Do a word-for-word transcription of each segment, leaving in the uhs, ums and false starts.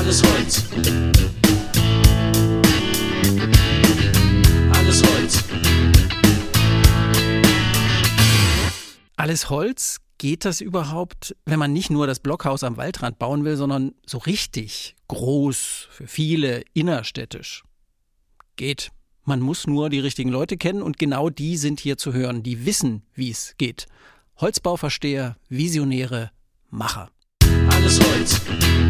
Alles Holz. Alles Holz. Alles Holz? Geht das überhaupt, wenn man nicht nur das Blockhaus am Waldrand bauen will, sondern so richtig groß, für viele, innerstädtisch? Geht. Man muss nur die richtigen Leute kennen und genau die sind hier zu hören, die wissen, wie es geht. Holzbauversteher, Visionäre, Macher. Alles Holz.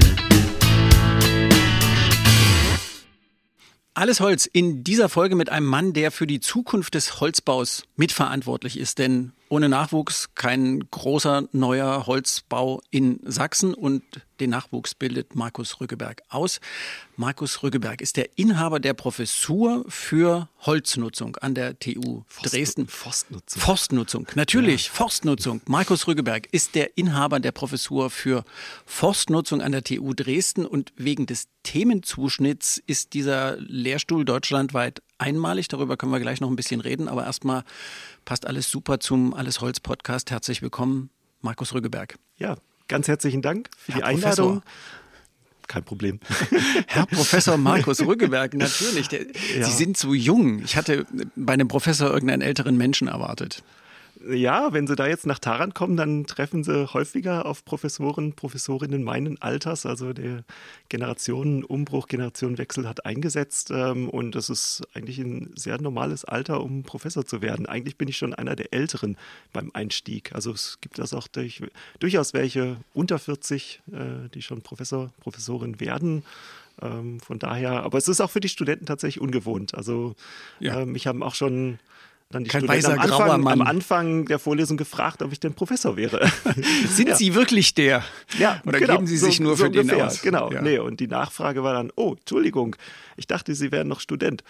Alles Holz in dieser Folge mit einem Mann, der für die Zukunft des Holzbaus mitverantwortlich ist. Denn ohne Nachwuchs kein großer neuer Holzbau in Sachsen. Und den Nachwuchs bildet Markus Rüggeberg aus. Markus Rüggeberg ist der Inhaber der Professur für Holznutzung an der T U Forst, Dresden. Forstnutzung. Forstnutzung, natürlich, Ja. Forstnutzung. Markus Rüggeberg ist der Inhaber der Professur für Forstnutzung an der T U Dresden. Und wegen des Themenzuschnitts ist dieser Lehrstuhl deutschlandweit einmalig. Darüber können wir gleich noch ein bisschen reden. Aber erstmal passt alles super zum Alles Holz Podcast. Herzlich willkommen, Markus Rüggeberg. Ja, ganz herzlichen Dank für Herr die Einladung. Professor. Kein Problem. Herr Professor Markus Rüggeberg, natürlich. Der, Ja. Sie sind so jung. Ich hatte bei einem Professor irgendeinen älteren Menschen erwartet. Ja, wenn Sie da jetzt nach Tharan kommen, dann treffen Sie häufiger auf Professoren, Professorinnen meinen Alters. Also der Generationenumbruch, Generationenwechsel hat eingesetzt. ähm, Und das ist eigentlich ein sehr normales Alter, um Professor zu werden. Eigentlich bin ich schon einer der Älteren beim Einstieg. Also es gibt das auch durch, durchaus welche unter vierzig, äh, die schon Professor, Professorin werden. Ähm, Von daher, aber es ist auch für die Studenten tatsächlich ungewohnt. Also Ja. äh, mich haben auch schon dann die Kein Studenten am weißer, grauer Anfang, Mann. am Anfang der Vorlesung gefragt, ob ich denn Professor wäre. Sind Ja. Sie wirklich der? Ja, Oder genau, geben Sie so- sich nur so für den ungefähr, aus? Genau, Ja. nee, und die Nachfrage war dann, oh, Entschuldigung, ich dachte, Sie wären noch Student.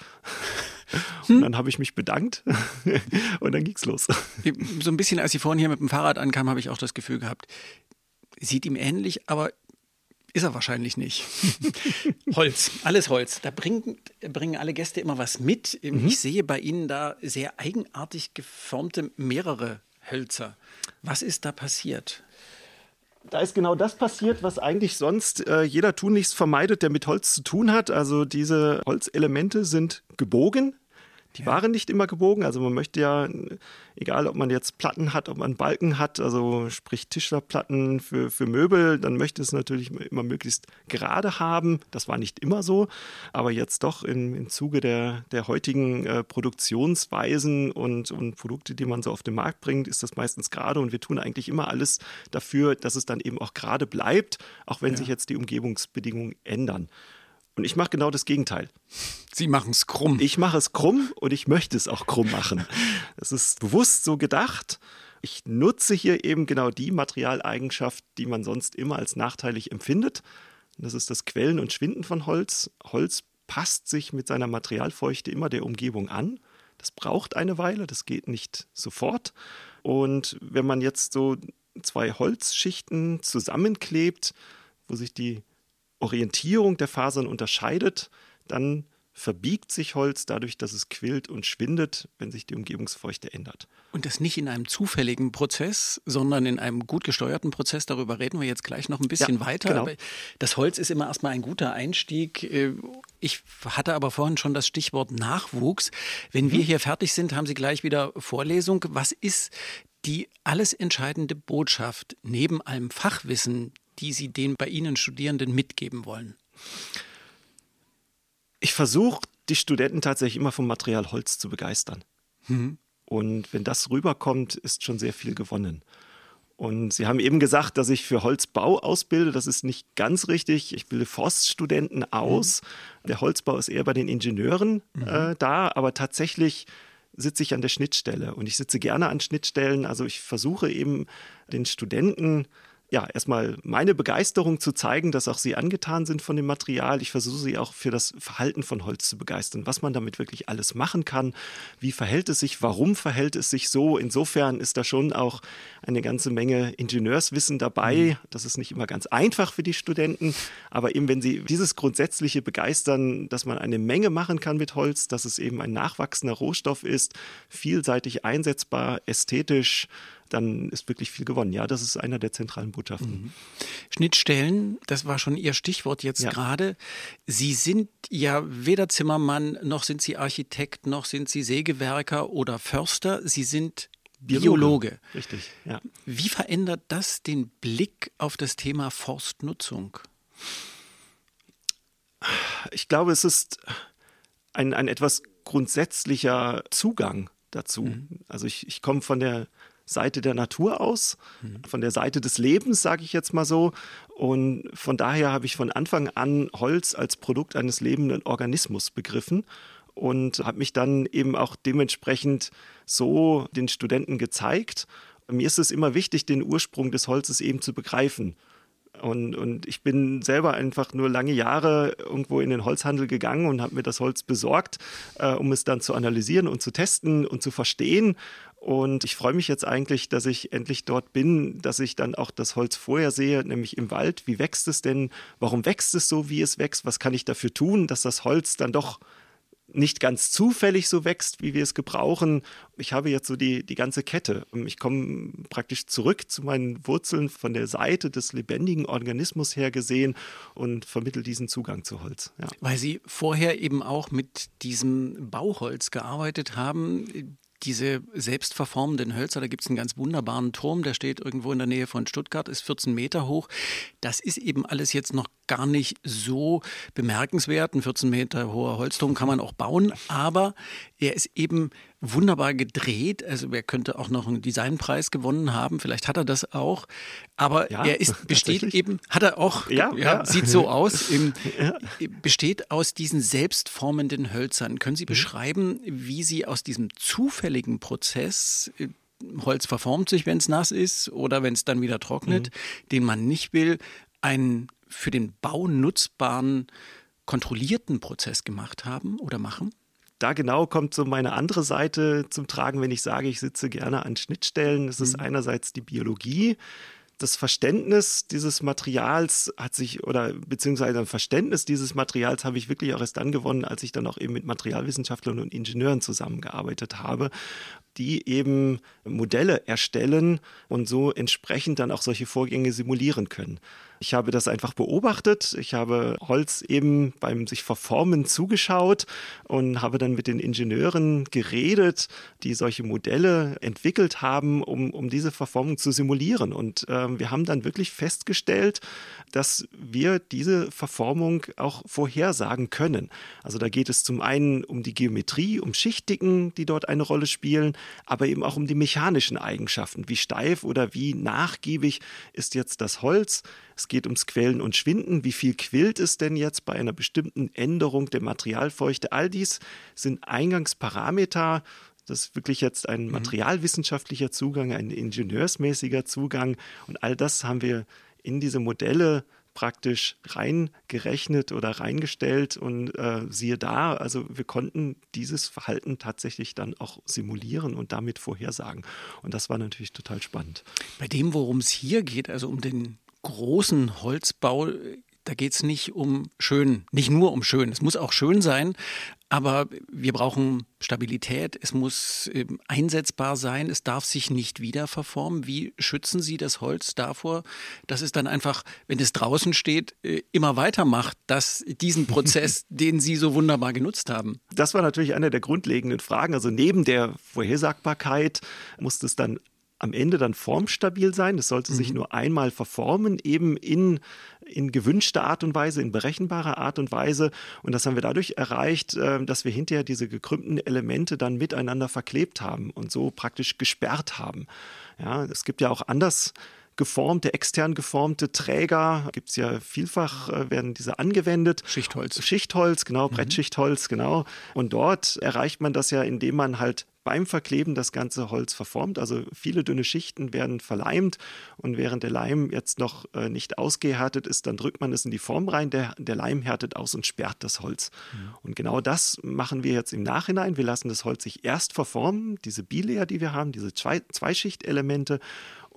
Hm? Und dann habe ich mich bedankt und dann ging's los. So ein bisschen, als Sie vorhin hier mit dem Fahrrad ankamen, habe ich auch das Gefühl gehabt, sieht ihm ähnlich, aber ist er wahrscheinlich nicht. Holz, alles Holz. Da bringen, bringen alle Gäste immer was mit. Mhm. Ich sehe bei Ihnen da sehr eigenartig geformte mehrere Hölzer. Was ist da passiert? Da ist genau das passiert, was eigentlich sonst äh, jeder tunlichst vermeidet, der mit Holz zu tun hat. Also diese Holzelemente sind gebogen. Die waren nicht immer gebogen. Also man möchte ja, egal ob man jetzt Platten hat, ob man Balken hat, also sprich Tischlerplatten für, für Möbel, dann möchte es natürlich immer möglichst gerade haben. Das war nicht immer so, aber jetzt doch im, im Zuge der, der heutigen äh, Produktionsweisen und, und Produkte, die man so auf den Markt bringt, ist das meistens gerade und wir tun eigentlich immer alles dafür, dass es dann eben auch gerade bleibt, auch wenn Ja. sich jetzt die Umgebungsbedingungen ändern. Und ich mache genau das Gegenteil. Sie machen es krumm. Ich mache es krumm und ich möchte es auch krumm machen. Es ist bewusst so gedacht. Ich nutze hier eben genau die Materialeigenschaft, die man sonst immer als nachteilig empfindet. Und das ist das Quellen und Schwinden von Holz. Holz passt sich mit seiner Materialfeuchte immer der Umgebung an. Das braucht eine Weile, das geht nicht sofort. Und wenn man jetzt so zwei Holzschichten zusammenklebt, wo sich die Orientierung der Fasern unterscheidet, dann verbiegt sich Holz dadurch, dass es quillt und schwindet, wenn sich die Umgebungsfeuchte ändert. Und das nicht in einem zufälligen Prozess, sondern in einem gut gesteuerten Prozess. Darüber reden wir jetzt gleich noch ein bisschen Ja, weiter. genau. Aber das Holz ist immer erstmal ein guter Einstieg. Ich hatte aber vorhin schon das Stichwort Nachwuchs. Wenn wir hier fertig sind, haben Sie gleich wieder Vorlesung. Was ist die alles entscheidende Botschaft neben allem Fachwissen, die Sie den bei Ihnen Studierenden mitgeben wollen? Ich versuche, die Studenten tatsächlich immer vom Material Holz zu begeistern. Mhm. Und wenn das rüberkommt, ist schon sehr viel gewonnen. Und Sie haben eben gesagt, dass ich für Holzbau ausbilde. Das ist nicht ganz richtig. Ich bilde Forststudenten aus. Mhm. Der Holzbau ist eher bei den Ingenieuren mhm. äh, da, aber tatsächlich sitze ich an der Schnittstelle. Und ich sitze gerne an Schnittstellen. Also ich versuche eben den Studenten ja, erstmal meine Begeisterung zu zeigen, dass auch sie angetan sind von dem Material. Ich versuche sie auch für das Verhalten von Holz zu begeistern, was man damit wirklich alles machen kann. Wie verhält es sich? Warum verhält es sich so? Insofern ist da schon auch eine ganze Menge Ingenieurswissen dabei. Das ist nicht immer ganz einfach für die Studenten, aber eben wenn sie dieses Grundsätzliche begeistern, dass man eine Menge machen kann mit Holz, dass es eben ein nachwachsender Rohstoff ist, vielseitig einsetzbar, ästhetisch, dann ist wirklich viel gewonnen. Ja, das ist einer der zentralen Botschaften. Mhm. Schnittstellen, das war schon Ihr Stichwort jetzt ja. gerade. Sie sind ja weder Zimmermann, noch sind Sie Architekt, noch sind Sie Sägewerker oder Förster. Sie sind Biologe. Biologe. Richtig, ja. Wie verändert das den Blick auf das Thema Forstnutzung? Ich glaube, es ist ein, ein etwas grundsätzlicher Zugang dazu. Mhm. Also ich, ich komme von der Seite der Natur aus, mhm. von der Seite des Lebens, sage ich jetzt mal so. Und von daher habe ich von Anfang an Holz als Produkt eines lebenden Organismus begriffen und habe mich dann eben auch dementsprechend so den Studenten gezeigt. Mir ist es immer wichtig, den Ursprung des Holzes eben zu begreifen. Und, und ich bin selber einfach nur lange Jahre irgendwo in den Holzhandel gegangen und habe mir das Holz besorgt, äh, um es dann zu analysieren und zu testen und zu verstehen. Und ich freue mich jetzt eigentlich, dass ich endlich dort bin, dass ich dann auch das Holz vorher sehe, nämlich im Wald. Wie wächst es denn? Warum wächst es so, wie es wächst? Was kann ich dafür tun, dass das Holz dann doch nicht ganz zufällig so wächst, wie wir es gebrauchen. Ich habe jetzt so die, die ganze Kette. Ich komme praktisch zurück zu meinen Wurzeln von der Seite des lebendigen Organismus her gesehen und vermittle diesen Zugang zu Holz. Ja. Weil Sie vorher eben auch mit diesem Bauholz gearbeitet haben. Diese selbstverformenden Hölzer, da gibt es einen ganz wunderbaren Turm, der steht irgendwo in der Nähe von Stuttgart, ist vierzehn Meter hoch. Das ist eben alles jetzt noch gar nicht so bemerkenswert. Ein vierzehn Meter hoher Holzturm kann man auch bauen, aber er ist eben wunderbar gedreht. Also er könnte auch noch einen Designpreis gewonnen haben, vielleicht hat er das auch. Aber ja, er ist, besteht eben, hat er auch, ja, ja, ja. sieht so aus, im, ja. besteht aus diesen selbstformenden Hölzern. Können Sie mhm. beschreiben, wie Sie aus diesem zufälligen Prozess, Holz verformt sich, wenn es nass ist oder wenn es dann wieder trocknet, mhm. den man nicht will, einen für den Bau nutzbaren, kontrollierten Prozess gemacht haben oder machen? Da genau kommt so meine andere Seite zum Tragen, wenn ich sage, ich sitze gerne an Schnittstellen. Das ist mhm. einerseits die Biologie. Das Verständnis dieses Materials hat sich, oder beziehungsweise ein Verständnis dieses Materials habe ich wirklich auch erst dann gewonnen, als ich dann auch eben mit Materialwissenschaftlern und Ingenieuren zusammengearbeitet habe, die eben Modelle erstellen und so entsprechend dann auch solche Vorgänge simulieren können. Ich habe das einfach beobachtet. Ich habe Holz eben beim sich verformen zugeschaut und habe dann mit den Ingenieuren geredet, die solche Modelle entwickelt haben, um, um diese Verformung zu simulieren. Und äh, wir haben dann wirklich festgestellt, dass wir diese Verformung auch vorhersagen können. Also da geht es zum einen um die Geometrie, um Schichtdicken, die dort eine Rolle spielen, aber eben auch um die mechanischen Eigenschaften. Wie steif oder wie nachgiebig ist jetzt das Holz? Es geht ums Quellen und Schwinden. Wie viel quillt es denn jetzt bei einer bestimmten Änderung der Materialfeuchte? All dies sind Eingangsparameter. Das ist wirklich jetzt ein materialwissenschaftlicher Zugang, ein ingenieursmäßiger Zugang. Und all das haben wir in diese Modelle praktisch reingerechnet oder reingestellt und äh, siehe da, also wir konnten dieses Verhalten tatsächlich dann auch simulieren und damit vorhersagen. Und das war natürlich total spannend. Bei dem, worum es hier geht, also um den großen Holzbau, da geht es nicht um schön, nicht nur um schön. Es muss auch schön sein, aber wir brauchen Stabilität. Es muss äh, einsetzbar sein. Es darf sich nicht wieder verformen. Wie schützen Sie das Holz davor, dass es dann einfach, wenn es draußen steht, äh, immer weitermacht, dass diesen Prozess, den Sie so wunderbar genutzt haben? Das war natürlich eine der grundlegenden Fragen. Also neben der Vorhersagbarkeit muss es dann am Ende dann formstabil sein. Es sollte mhm. sich nur einmal verformen, eben in, in gewünschter Art und Weise, in berechenbarer Art und Weise. Und das haben wir dadurch erreicht, dass wir hinterher diese gekrümmten Elemente dann miteinander verklebt haben und so praktisch gesperrt haben. Ja, es gibt ja auch anders geformte, extern geformte Träger, gibt es ja vielfach, äh, werden diese angewendet. Schichtholz. Schichtholz, genau, mhm. Brettschichtholz, genau. Und dort erreicht man das ja, indem man halt beim Verkleben das ganze Holz verformt. Also viele dünne Schichten werden verleimt und während der Leim jetzt noch äh, nicht ausgehärtet ist, dann drückt man es in die Form rein, der, der Leim härtet aus und sperrt das Holz. Mhm. Und genau das machen wir jetzt im Nachhinein. Wir lassen das Holz sich erst verformen, diese Bilayer, die wir haben, diese zwei, Zweischichtelemente.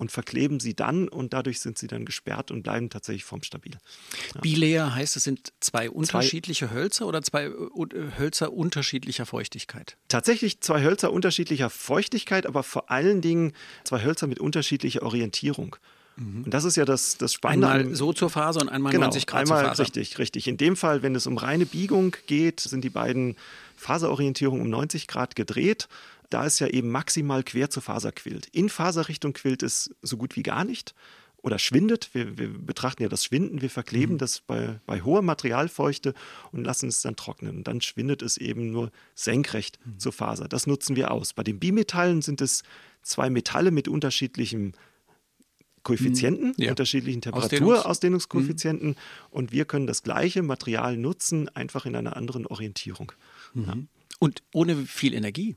und verkleben sie dann und dadurch sind sie dann gesperrt und bleiben tatsächlich formstabil. Ja. Bilayer heißt, es sind zwei unterschiedliche zwei, Hölzer oder zwei Hölzer unterschiedlicher Feuchtigkeit? Tatsächlich zwei Hölzer unterschiedlicher Feuchtigkeit, aber vor allen Dingen zwei Hölzer mit unterschiedlicher Orientierung. Mhm. Und das ist ja das, das Spannende. Einmal so zur Faser und einmal genau, neunzig Grad einmal zur Faser. Richtig, richtig. In dem Fall, wenn es um reine Biegung geht, sind die beiden Faserorientierungen um neunzig Grad gedreht. Da es ja eben maximal quer zur Faser quillt. In Faserrichtung quillt es so gut wie gar nicht oder schwindet. Wir, wir betrachten ja das Schwinden, wir verkleben mhm. das bei, bei hoher Materialfeuchte und lassen es dann trocknen. Und dann schwindet es eben nur senkrecht mhm. zur Faser. Das nutzen wir aus. Bei den Bimetallen sind es zwei Metalle mit unterschiedlichem Koeffizienten, ja. unterschiedlichen Temperaturausdehnungskoeffizienten mhm. und wir können das gleiche Material nutzen, einfach in einer anderen Orientierung. Mhm. Ja. Und ohne viel Energie.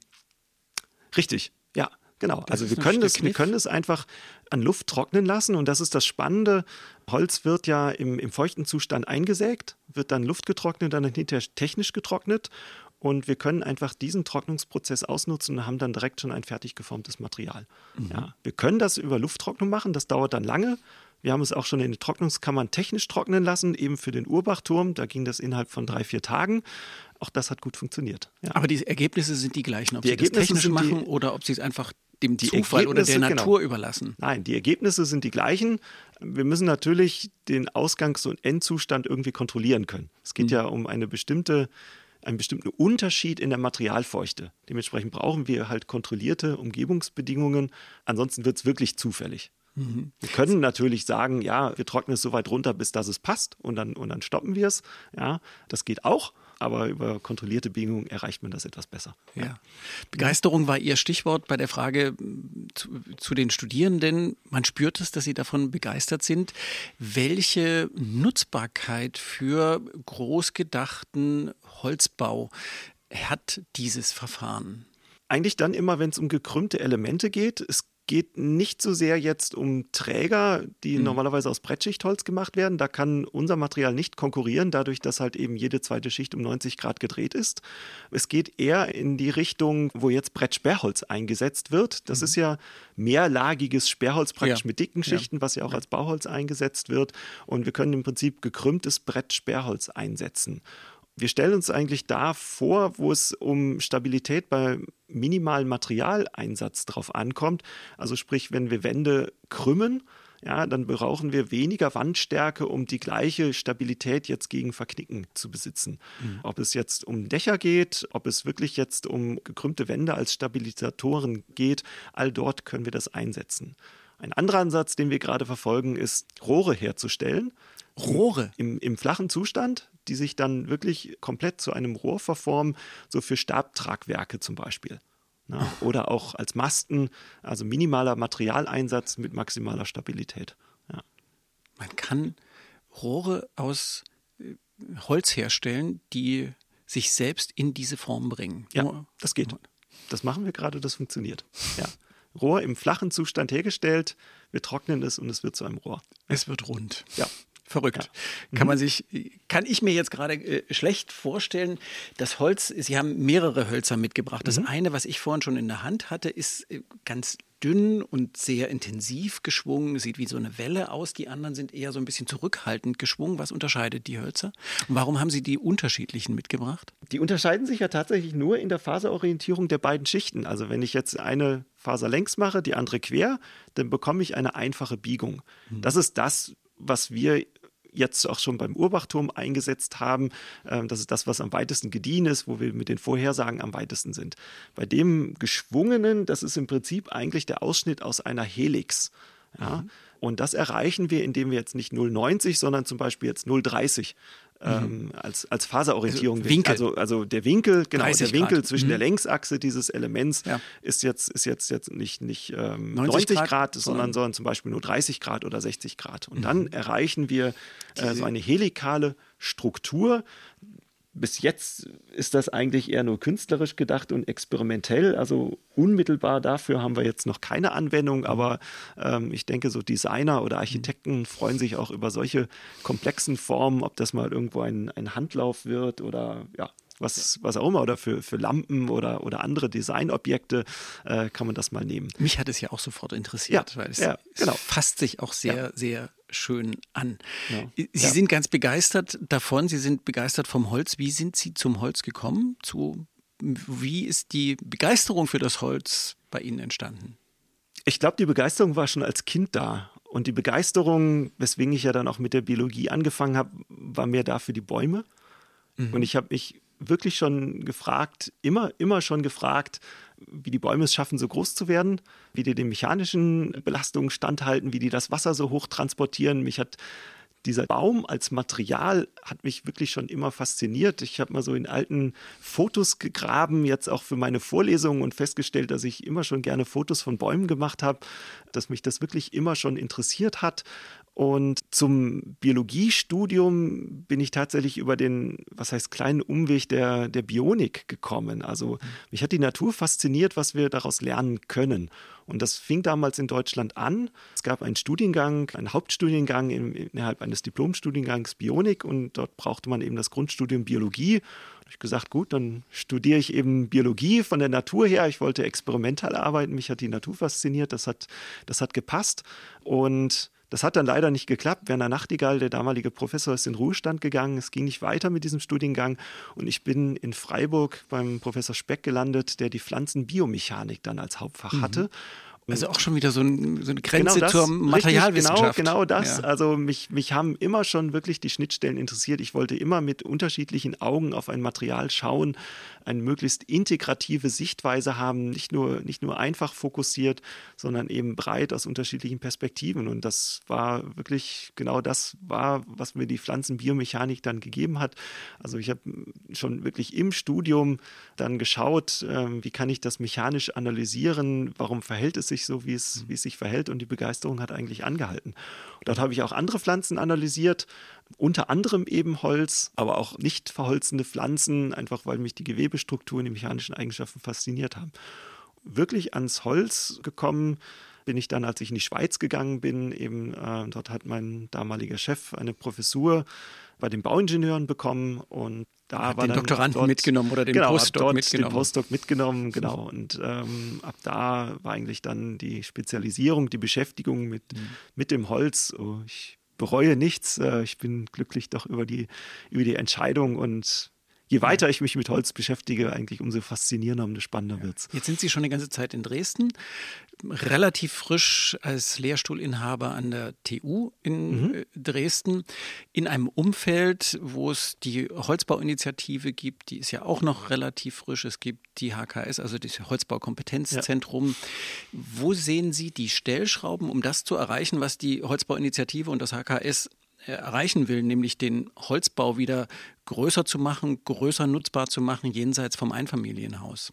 Richtig, ja, genau. Das also wir können, das, wir können es einfach an Luft trocknen lassen und das ist das Spannende. Holz wird ja im, im feuchten Zustand eingesägt, wird dann luftgetrocknet, dann hinterher technisch getrocknet und wir können einfach diesen Trocknungsprozess ausnutzen und haben dann direkt schon ein fertig geformtes Material. Mhm. Ja, wir können das über Lufttrocknung machen, das dauert dann lange. Wir haben es auch schon in den Trocknungskammern technisch trocknen lassen, eben für den Urbachturm. Da ging das innerhalb von drei, vier Tagen. Auch das hat gut funktioniert. Ja. Aber die Ergebnisse sind die gleichen, ob die Sie das technisch machen die, oder ob Sie es einfach dem Zufall oder der Natur genau. überlassen. Nein, die Ergebnisse sind die gleichen. Wir müssen natürlich den Ausgangs- und Endzustand irgendwie kontrollieren können. Es geht mhm. ja um eine bestimmte, einen bestimmten Unterschied in der Materialfeuchte. Dementsprechend brauchen wir halt kontrollierte Umgebungsbedingungen. Ansonsten wird es wirklich zufällig. Mhm. Wir können natürlich sagen, ja, wir trocknen es so weit runter, bis dass es passt und dann, und dann stoppen wir es. Ja, das geht auch, aber über kontrollierte Bedingungen erreicht man das etwas besser. Ja. Begeisterung war Ihr Stichwort bei der Frage zu, zu den Studierenden. Man spürt es, dass sie davon begeistert sind. Welche Nutzbarkeit für großgedachten Holzbau hat dieses Verfahren? Eigentlich dann immer, wenn es um gekrümmte Elemente geht. Es geht nicht so sehr jetzt um Träger, die mhm. normalerweise aus Brettschichtholz gemacht werden. Da kann unser Material nicht konkurrieren, dadurch, dass halt eben jede zweite Schicht um neunzig Grad gedreht ist. Es geht eher in die Richtung, wo jetzt Brettsperrholz eingesetzt wird. Das mhm. ist ja mehrlagiges Sperrholz praktisch ja. mit dicken Schichten, ja. was ja auch ja. als Bauholz eingesetzt wird. Und wir können im Prinzip gekrümmtes Brettsperrholz einsetzen. Wir stellen uns eigentlich da vor, wo es um Stabilität bei minimalem Materialeinsatz drauf ankommt. Also sprich, wenn wir Wände krümmen, ja, dann brauchen wir weniger Wandstärke, um die gleiche Stabilität jetzt gegen Verknicken zu besitzen. Mhm. Ob es jetzt um Dächer geht, ob es wirklich jetzt um gekrümmte Wände als Stabilisatoren geht, all dort können wir das einsetzen. Ein anderer Ansatz, den wir gerade verfolgen, ist, Rohre herzustellen. Rohre? Im, im flachen Zustand, die sich dann wirklich komplett zu einem Rohr verformen, so für Stabtragwerke zum Beispiel. Na, oder auch als Masten, also minimaler Materialeinsatz mit maximaler Stabilität. Ja. Man kann Rohre aus Holz herstellen, die sich selbst in diese Form bringen. Ja, das geht. Das machen wir gerade, das funktioniert. Ja. Rohr im flachen Zustand hergestellt, wir trocknen es und es wird zu einem Rohr. Es wird rund. Ja. Verrückt. Ja. Kann man sich, kann ich mir jetzt gerade äh, schlecht vorstellen, das Holz, Sie haben mehrere Hölzer mitgebracht. Das mhm. eine, was ich vorhin schon in der Hand hatte, ist äh, ganz dünn und sehr intensiv geschwungen, sieht wie so eine Welle aus. Die anderen sind eher so ein bisschen zurückhaltend geschwungen. Was unterscheidet die Hölzer? Und warum haben Sie die unterschiedlichen mitgebracht? Die unterscheiden sich ja tatsächlich nur in der Faserorientierung der beiden Schichten. Also wenn ich jetzt eine Faser längs mache, die andere quer, dann bekomme ich eine einfache Biegung. Mhm. Das ist das, was wir jetzt auch schon beim Urbachturm eingesetzt haben. Das ist das, was am weitesten gediehen ist, wo wir mit den Vorhersagen am weitesten sind. Bei dem Geschwungenen, das ist im Prinzip eigentlich der Ausschnitt aus einer Helix. Ja? Mhm. Und das erreichen wir, indem wir jetzt nicht null Komma neunzig, sondern zum Beispiel jetzt null Komma dreißig ähm, als, als Faserorientierung. Also Winkel. Also, also der Winkel, genau, der Winkel Grad. zwischen mhm. der Längsachse dieses Elements ja. ist jetzt, ist jetzt, jetzt nicht, nicht ähm, neunzig, neunzig Grad, Grad, sondern, sondern zum Beispiel nur dreißig Grad oder sechzig Grad. Und mhm. dann erreichen wir äh, so eine helikale Struktur. Bis jetzt ist das eigentlich eher nur künstlerisch gedacht und experimentell. Also unmittelbar dafür haben wir jetzt noch keine Anwendung. Aber ähm, ich denke, so Designer oder Architekten freuen sich auch über solche komplexen Formen, ob das mal irgendwo ein, ein Handlauf wird oder ja, was, was auch immer, oder für, für Lampen oder, oder andere Designobjekte äh, kann man das mal nehmen. Mich hat es ja auch sofort interessiert, Ja, weil es, ja, genau. es fasst sich auch sehr, Ja. sehr schön an. Ja. Sie Ja. sind ganz begeistert davon, Sie sind begeistert vom Holz. Wie sind Sie zum Holz gekommen? Zu, wie ist die Begeisterung für das Holz bei Ihnen entstanden? Ich glaube, die Begeisterung war schon als Kind da. Und die Begeisterung, weswegen ich ja dann auch mit der Biologie angefangen habe, war mehr da für die Bäume. Mhm. Und ich habe mich wirklich schon gefragt, immer, immer schon gefragt, wie die Bäume es schaffen, so groß zu werden, wie die den mechanischen Belastungen standhalten, wie die das Wasser so hoch transportieren. Mich hat dieser Baum als Material hat mich wirklich schon immer fasziniert. Ich habe mal so in alten Fotos gegraben, jetzt auch für meine Vorlesungen, und festgestellt, dass ich immer schon gerne Fotos von Bäumen gemacht habe, dass mich das wirklich immer schon interessiert hat. Und zum Biologiestudium bin ich tatsächlich über den, was heißt, kleinen Umweg der, der Bionik gekommen. Also mich hat die Natur fasziniert, was wir daraus lernen können. Und das fing damals in Deutschland an. Es gab einen Studiengang, einen Hauptstudiengang innerhalb eines Diplomstudiengangs Bionik, und dort brauchte man eben das Grundstudium Biologie. Da habe ich gesagt, gut, dann studiere ich eben Biologie von der Natur her. Ich wollte experimental arbeiten, mich hat die Natur fasziniert, das hat, das hat gepasst. Und das hat dann leider nicht geklappt. Werner Nachtigall, der damalige Professor, ist in Ruhestand gegangen. Es ging nicht weiter mit diesem Studiengang. Und ich bin in Freiburg beim Professor Speck gelandet, der die Pflanzenbiomechanik dann als Hauptfach Mhm. hatte. Also auch schon wieder so, ein, so eine Grenze genau das, zur Materialwissenschaft. Genau, genau das. Ja. Also mich, mich haben immer schon wirklich die Schnittstellen interessiert. Ich wollte immer mit unterschiedlichen Augen auf ein Material schauen, eine möglichst integrative Sichtweise haben, nicht nur, nicht nur einfach fokussiert, sondern eben breit aus unterschiedlichen Perspektiven. Und das war wirklich genau das war, was mir die Pflanzenbiomechanik dann gegeben hat. Also ich habe schon wirklich im Studium dann geschaut, äh, wie kann ich das mechanisch analysieren, warum verhält es sich so, wie es, wie es sich verhält, und die Begeisterung hat eigentlich angehalten. Und dort habe ich auch andere Pflanzen analysiert, unter anderem eben Holz, aber auch nicht verholzende Pflanzen, einfach weil mich die Gewebestrukturen, die mechanischen Eigenschaften fasziniert haben. Wirklich ans Holz gekommen bin ich dann, als ich in die Schweiz gegangen bin. Eben äh, dort hat mein damaliger Chef eine Professur bei den Bauingenieuren bekommen, und da hat war den dann Doktoranden dort, mitgenommen oder den genau, Postdoc dort mitgenommen. Den Postdoc mitgenommen, genau. Und ähm, ab da war eigentlich dann die Spezialisierung, die Beschäftigung mit, mhm. mit dem Holz. Oh, ich bereue nichts. Äh, ich bin glücklich doch über die, über die Entscheidung, und je weiter ich mich mit Holz beschäftige, eigentlich umso faszinierender, umso spannender wird es. Jetzt sind Sie schon eine ganze Zeit in Dresden, relativ frisch als Lehrstuhlinhaber an der T U in mhm. Dresden, in einem Umfeld, wo es die Holzbauinitiative gibt, die ist ja auch noch relativ frisch. Es gibt die H K S, also das Holzbaukompetenzzentrum. Ja. Wo sehen Sie die Stellschrauben, um das zu erreichen, was die Holzbauinitiative und das H K S erreichen will, nämlich den Holzbau wieder größer zu machen, größer nutzbar zu machen, jenseits vom Einfamilienhaus?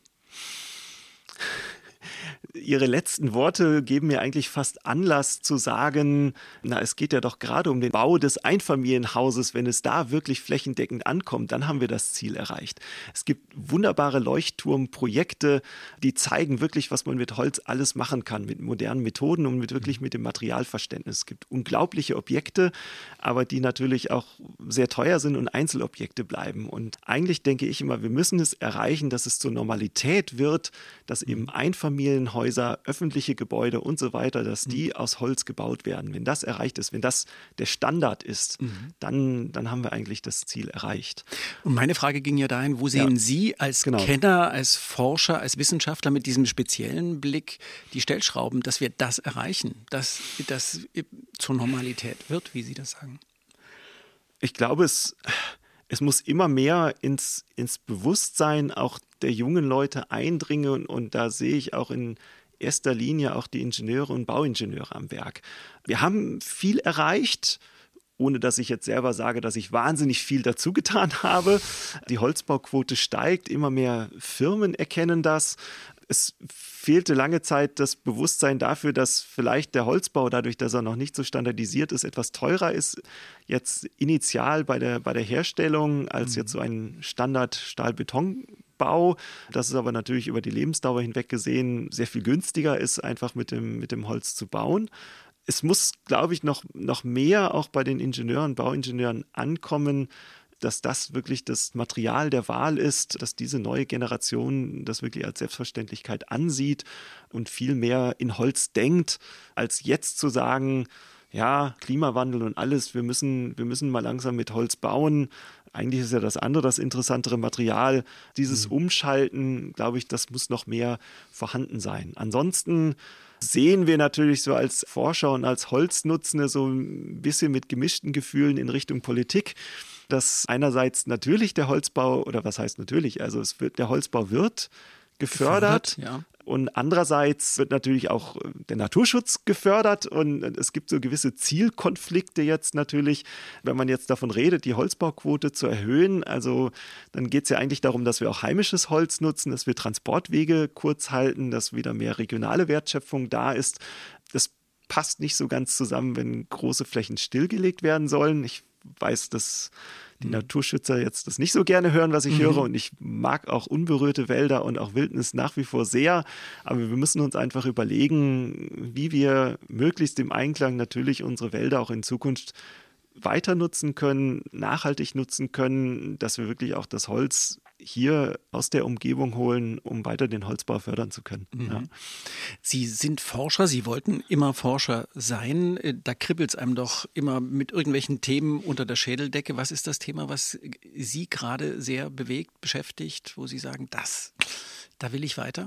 Ihre letzten Worte geben mir eigentlich fast Anlass zu sagen, na, es geht ja doch gerade um den Bau des Einfamilienhauses. Wenn es da wirklich flächendeckend ankommt, dann haben wir das Ziel erreicht. Es gibt wunderbare Leuchtturmprojekte, die zeigen wirklich, was man mit Holz alles machen kann, mit modernen Methoden und mit wirklich mit dem Materialverständnis. Es gibt unglaubliche Objekte, aber die natürlich auch sehr teuer sind und Einzelobjekte bleiben. Und eigentlich denke ich immer, wir müssen es erreichen, dass es zur Normalität wird, dass eben Einfamilienhäuser, öffentliche Gebäude und so weiter, dass die aus Holz gebaut werden. Wenn das erreicht ist, wenn das der Standard ist, mhm. dann, dann haben wir eigentlich das Ziel erreicht. Und meine Frage ging ja dahin, wo sehen ja. Sie als genau. Kenner, als Forscher, als Wissenschaftler mit diesem speziellen Blick die Stellschrauben, dass wir das erreichen, dass das zur Normalität wird, wie Sie das sagen? Ich glaube, es, es muss immer mehr ins, ins Bewusstsein auch der jungen Leute eindringen, und, und da sehe ich auch in erster Linie auch die Ingenieure und Bauingenieure am Werk. Wir haben viel erreicht, ohne dass ich jetzt selber sage, dass ich wahnsinnig viel dazu getan habe. Die Holzbauquote steigt, immer mehr Firmen erkennen das. Es fehlte lange Zeit das Bewusstsein dafür, dass vielleicht der Holzbau, dadurch, dass er noch nicht so standardisiert ist, etwas teurer ist, jetzt initial bei der, bei der Herstellung als jetzt so ein Standard-Stahl-Beton-Bau, dass es aber natürlich über die Lebensdauer hinweg gesehen sehr viel günstiger ist, einfach mit dem, mit dem Holz zu bauen. Es muss, glaube ich, noch, noch mehr auch bei den Ingenieuren, Bauingenieuren ankommen, dass das wirklich das Material der Wahl ist, dass diese neue Generation das wirklich als Selbstverständlichkeit ansieht und viel mehr in Holz denkt, als jetzt zu sagen, ja, Klimawandel und alles, wir müssen, wir müssen mal langsam mit Holz bauen. Eigentlich ist ja das andere das interessantere Material. Dieses mhm. Umschalten, glaube ich, das muss noch mehr vorhanden sein. Ansonsten sehen wir natürlich so als Forscher und als Holznutzende so ein bisschen mit gemischten Gefühlen in Richtung Politik, dass einerseits natürlich der Holzbau, oder was heißt natürlich, also es wird, der Holzbau wird gefördert, gefördert ja. Und andererseits wird natürlich auch der Naturschutz gefördert und es gibt so gewisse Zielkonflikte jetzt natürlich, wenn man jetzt davon redet, die Holzbauquote zu erhöhen. Also dann geht es ja eigentlich darum, dass wir auch heimisches Holz nutzen, dass wir Transportwege kurz halten, dass wieder mehr regionale Wertschöpfung da ist. Das passt nicht so ganz zusammen, wenn große Flächen stillgelegt werden sollen. Ich weiß, dass die mhm. Naturschützer jetzt das nicht so gerne hören, was ich mhm. höre, und ich mag auch unberührte Wälder und auch Wildnis nach wie vor sehr, aber wir müssen uns einfach überlegen, wie wir möglichst im Einklang natürlich unsere Wälder auch in Zukunft weiter nutzen können, nachhaltig nutzen können, dass wir wirklich auch das Holz hier aus der Umgebung holen, um weiter den Holzbau fördern zu können. Mhm. Ja. Sie sind Forscher, Sie wollten immer Forscher sein. Da kribbelt es einem doch immer mit irgendwelchen Themen unter der Schädeldecke. Was ist das Thema, was Sie gerade sehr bewegt, beschäftigt, wo Sie sagen, das, da will ich weiter?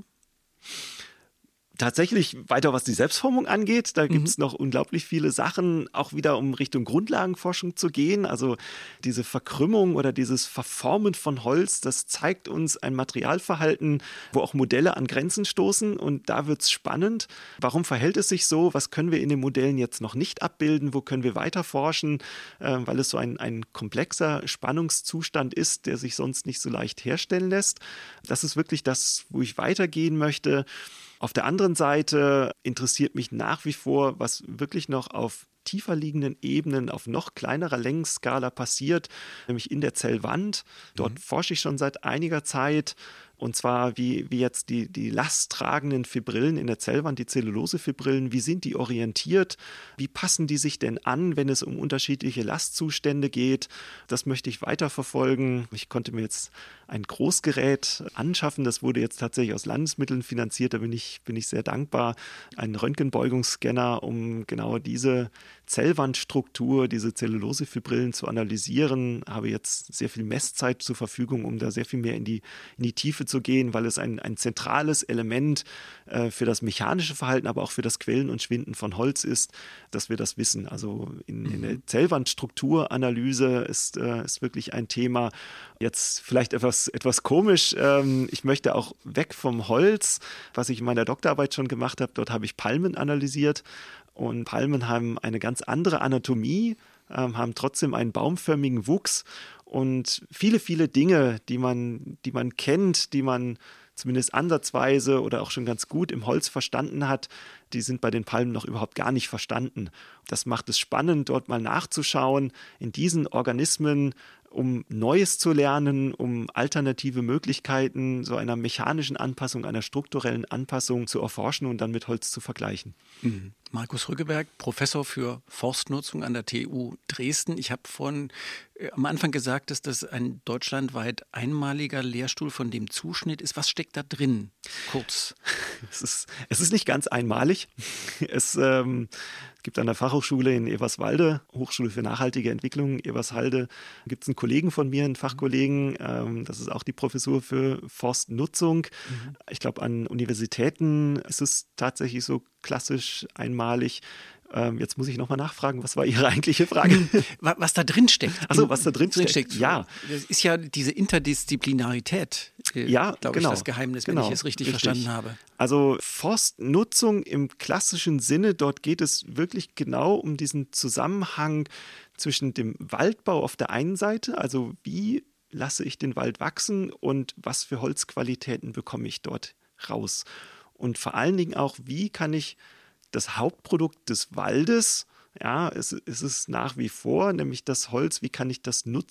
Tatsächlich weiter, was die Selbstformung angeht, da gibt es mhm. noch unglaublich viele Sachen, auch wieder um Richtung Grundlagenforschung zu gehen. Also diese Verkrümmung oder dieses Verformen von Holz, das zeigt uns ein Materialverhalten, wo auch Modelle an Grenzen stoßen, und da wird es spannend. Warum verhält es sich so? Was können wir in den Modellen jetzt noch nicht abbilden? Wo können wir weiter forschen? Äh, weil es so ein, ein komplexer Spannungszustand ist, der sich sonst nicht so leicht herstellen lässt. Das ist wirklich das, wo ich weitergehen möchte. Auf der anderen Seite interessiert mich nach wie vor, was wirklich noch auf tiefer liegenden Ebenen, auf noch kleinerer Längenskala passiert, nämlich in der Zellwand. Dort mhm. forsche ich schon seit einiger Zeit. Und zwar, wie, wie jetzt die, die lasttragenden Fibrillen in der Zellwand, die Zellulosefibrillen, wie sind die orientiert? Wie passen die sich denn an, wenn es um unterschiedliche Lastzustände geht? Das möchte ich weiterverfolgen. Ich konnte mir jetzt ein Großgerät anschaffen. Das wurde jetzt tatsächlich aus Landesmitteln finanziert. Da bin ich, bin ich sehr dankbar. Ein Röntgenbeugungsscanner, um genau diese Zellwandstruktur, diese Zellulosefibrillen zu analysieren. Habe jetzt sehr viel Messzeit zur Verfügung, um da sehr viel mehr in die, in die Tiefe zu gehen, weil es ein, ein zentrales Element äh, für das mechanische Verhalten, aber auch für das Quellen und Schwinden von Holz ist, dass wir das wissen. Also in, mhm. in der Zellwandstrukturanalyse ist, äh, ist wirklich ein Thema. Jetzt vielleicht etwas, etwas komisch. Ähm, ich möchte auch weg vom Holz, was ich in meiner Doktorarbeit schon gemacht habe. Dort habe ich Palmen analysiert. Und Palmen haben eine ganz andere Anatomie, ähm, haben trotzdem einen baumförmigen Wuchs und viele, viele Dinge, die man, die man kennt, die man zumindest ansatzweise oder auch schon ganz gut im Holz verstanden hat, die sind bei den Palmen noch überhaupt gar nicht verstanden. Das macht es spannend, dort mal nachzuschauen in diesen Organismen, um Neues zu lernen, um alternative Möglichkeiten so einer mechanischen Anpassung, einer strukturellen Anpassung zu erforschen und dann mit Holz zu vergleichen. Mhm. Markus Rüggeberg, Professor für Forstnutzung an der T U Dresden. Ich habe vorhin äh, am Anfang gesagt, dass das ein deutschlandweit einmaliger Lehrstuhl von dem Zuschnitt ist. Was steckt da drin? Kurz. Es ist, es ist nicht ganz einmalig. Es ähm, gibt an der Fachhochschule in Eberswalde, Hochschule für nachhaltige Entwicklung, Eberswalde, gibt es einen Kollegen von mir, einen Fachkollegen, ähm, das ist auch die Professur für Forstnutzung. Mhm. Ich glaube, an Universitäten ist es tatsächlich so klassisch einmalig. Ähm, jetzt muss ich nochmal nachfragen, was war Ihre eigentliche Frage? Was da drin steckt. Achso, was da drin, drin steckt. steckt. Ja. Das ist ja diese Interdisziplinarität, äh, ja, glaube genau. ich, das Geheimnis, wenn genau. ich es richtig, richtig verstanden habe. Also Forstnutzung im klassischen Sinne, dort geht es wirklich genau um diesen Zusammenhang zwischen dem Waldbau auf der einen Seite, also wie lasse ich den Wald wachsen und was für Holzqualitäten bekomme ich dort raus. Und vor allen Dingen auch, wie kann ich das Hauptprodukt des Waldes, ja, es, es ist nach wie vor, nämlich das Holz, wie kann ich das nutzbar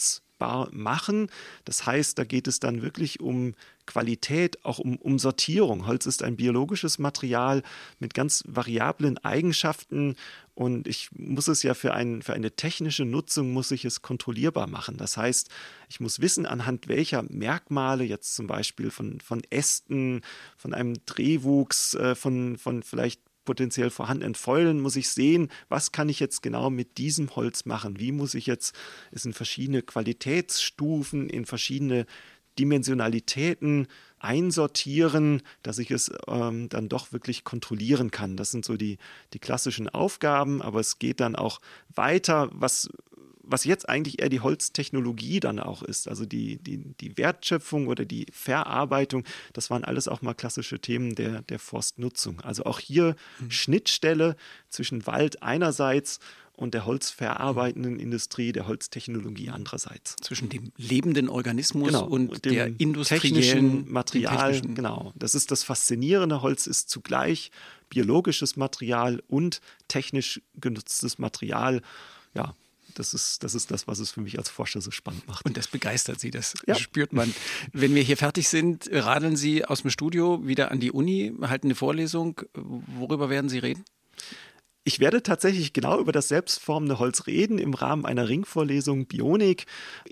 verfügbar machen. Das heißt, da geht es dann wirklich um Qualität, auch um, um Sortierung. Holz ist ein biologisches Material mit ganz variablen Eigenschaften und ich muss es ja für, ein, für eine technische Nutzung, muss ich es kontrollierbar machen. Das heißt, ich muss wissen, anhand welcher Merkmale, jetzt zum Beispiel von, von Ästen, von einem Drehwuchs, äh, von, von vielleicht potenziell vorhandenen Fäulen, muss ich sehen, was kann ich jetzt genau mit diesem Holz machen? Wie muss ich jetzt es in verschiedene Qualitätsstufen, in verschiedene Dimensionalitäten einsortieren, dass ich es ähm, dann doch wirklich kontrollieren kann. Das sind so die, die klassischen Aufgaben, aber es geht dann auch weiter, was, was jetzt eigentlich eher die Holztechnologie dann auch ist, also die, die, die Wertschöpfung oder die Verarbeitung, das waren alles auch mal klassische Themen der, der Forstnutzung. Also auch hier mhm. Schnittstelle zwischen Wald einerseits und der holzverarbeitenden Industrie, der Holztechnologie andererseits. Zwischen dem lebenden Organismus genau, und dem der industriellen technischen Material. technischen Genau, das ist das Faszinierende. Holz ist zugleich biologisches Material und technisch genutztes Material. Ja, das ist, das ist das, was es für mich als Forscher so spannend macht. Und das begeistert Sie, das ja. spürt man. Wenn wir hier fertig sind, radeln Sie aus dem Studio wieder an die Uni, halten eine Vorlesung. Worüber werden Sie reden? Ich werde tatsächlich genau über das selbstformende Holz reden im Rahmen einer Ringvorlesung Bionik.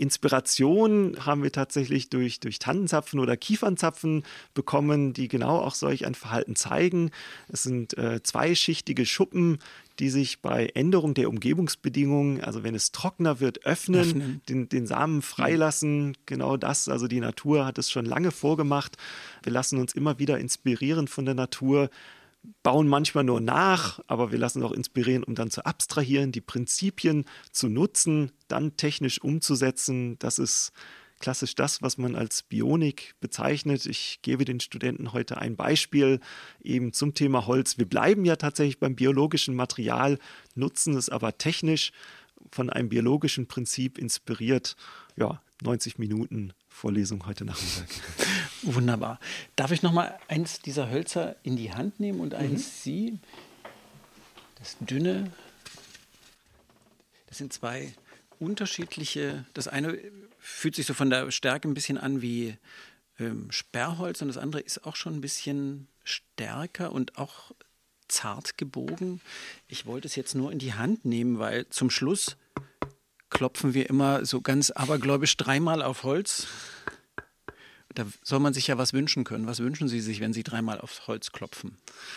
Inspiration haben wir tatsächlich durch, durch Tannenzapfen oder Kiefernzapfen bekommen, die genau auch solch ein Verhalten zeigen. Es sind äh, zweischichtige Schuppen, die sich bei Änderung der Umgebungsbedingungen, also wenn es trockener wird, öffnen, öffnen. Den, den Samen freilassen. Genau das, also die Natur hat es schon lange vorgemacht. Wir lassen uns immer wieder inspirieren von der Natur, bauen manchmal nur nach, aber wir lassen uns auch inspirieren, um dann zu abstrahieren, die Prinzipien zu nutzen, dann technisch umzusetzen. Das ist klassisch das, was man als Bionik bezeichnet. Ich gebe den Studenten heute ein Beispiel eben zum Thema Holz. Wir bleiben ja tatsächlich beim biologischen Material, nutzen es aber technisch von einem biologischen Prinzip inspiriert. Ja, neunzig Minuten Vorlesung heute Nachmittag. Wunderbar. Darf ich noch mal eins dieser Hölzer in die Hand nehmen und eins mhm. Sie? Das dünne. Das sind zwei unterschiedliche. Das eine fühlt sich so von der Stärke ein bisschen an wie ähm, Sperrholz und das andere ist auch schon ein bisschen stärker und auch zart gebogen. Ich wollte es jetzt nur in die Hand nehmen, weil zum Schluss klopfen wir immer so ganz abergläubisch dreimal auf Holz. Da soll man sich ja was wünschen können. Was wünschen Sie sich, wenn Sie dreimal aufs Holz klopfen?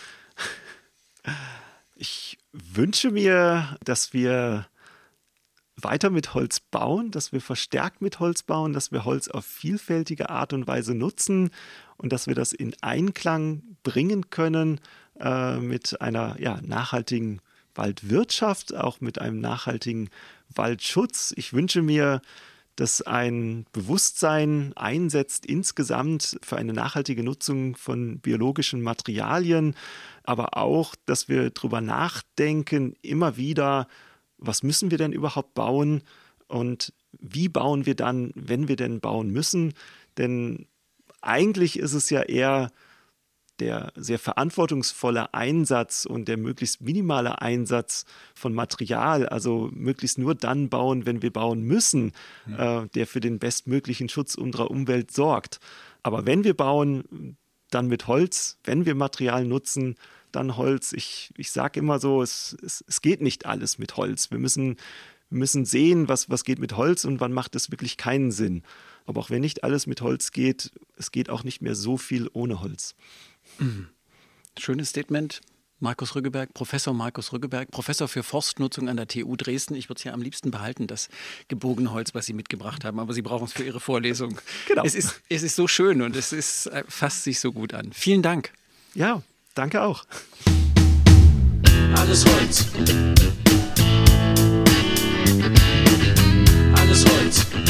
Ich wünsche mir, dass wir weiter mit Holz bauen, dass wir verstärkt mit Holz bauen, dass wir Holz auf vielfältige Art und Weise nutzen und dass wir das in Einklang bringen können äh, mit einer ja, nachhaltigen Waldwirtschaft, auch mit einem nachhaltigen Waldschutz. Ich wünsche mir, dass ein Bewusstsein einsetzt insgesamt für eine nachhaltige Nutzung von biologischen Materialien, aber auch, dass wir darüber nachdenken, immer wieder, was müssen wir denn überhaupt bauen und wie bauen wir dann, wenn wir denn bauen müssen? Denn eigentlich ist es ja eher der sehr verantwortungsvolle Einsatz und der möglichst minimale Einsatz von Material, also möglichst nur dann bauen, wenn wir bauen müssen, ja. äh, der für den bestmöglichen Schutz unserer Umwelt sorgt. Aber wenn wir bauen, dann mit Holz, wenn wir Material nutzen, dann Holz. Ich, ich sage immer so, es, es, es geht nicht alles mit Holz. Wir müssen, wir müssen sehen, was, was geht mit Holz und wann macht es wirklich keinen Sinn. Aber auch wenn nicht alles mit Holz geht, es geht auch nicht mehr so viel ohne Holz. Mhm. Schönes Statement. Markus Rüggeberg, Professor Markus Rüggeberg, Professor für Forstnutzung an der T U Dresden. Ich würde es ja am liebsten behalten, das gebogene Holz, was Sie mitgebracht haben, aber Sie brauchen es für Ihre Vorlesung. Genau. Es ist, es ist so schön und es ist, fasst sich so gut an. Vielen Dank. Ja, danke auch. Alles Holz. Alles Holz.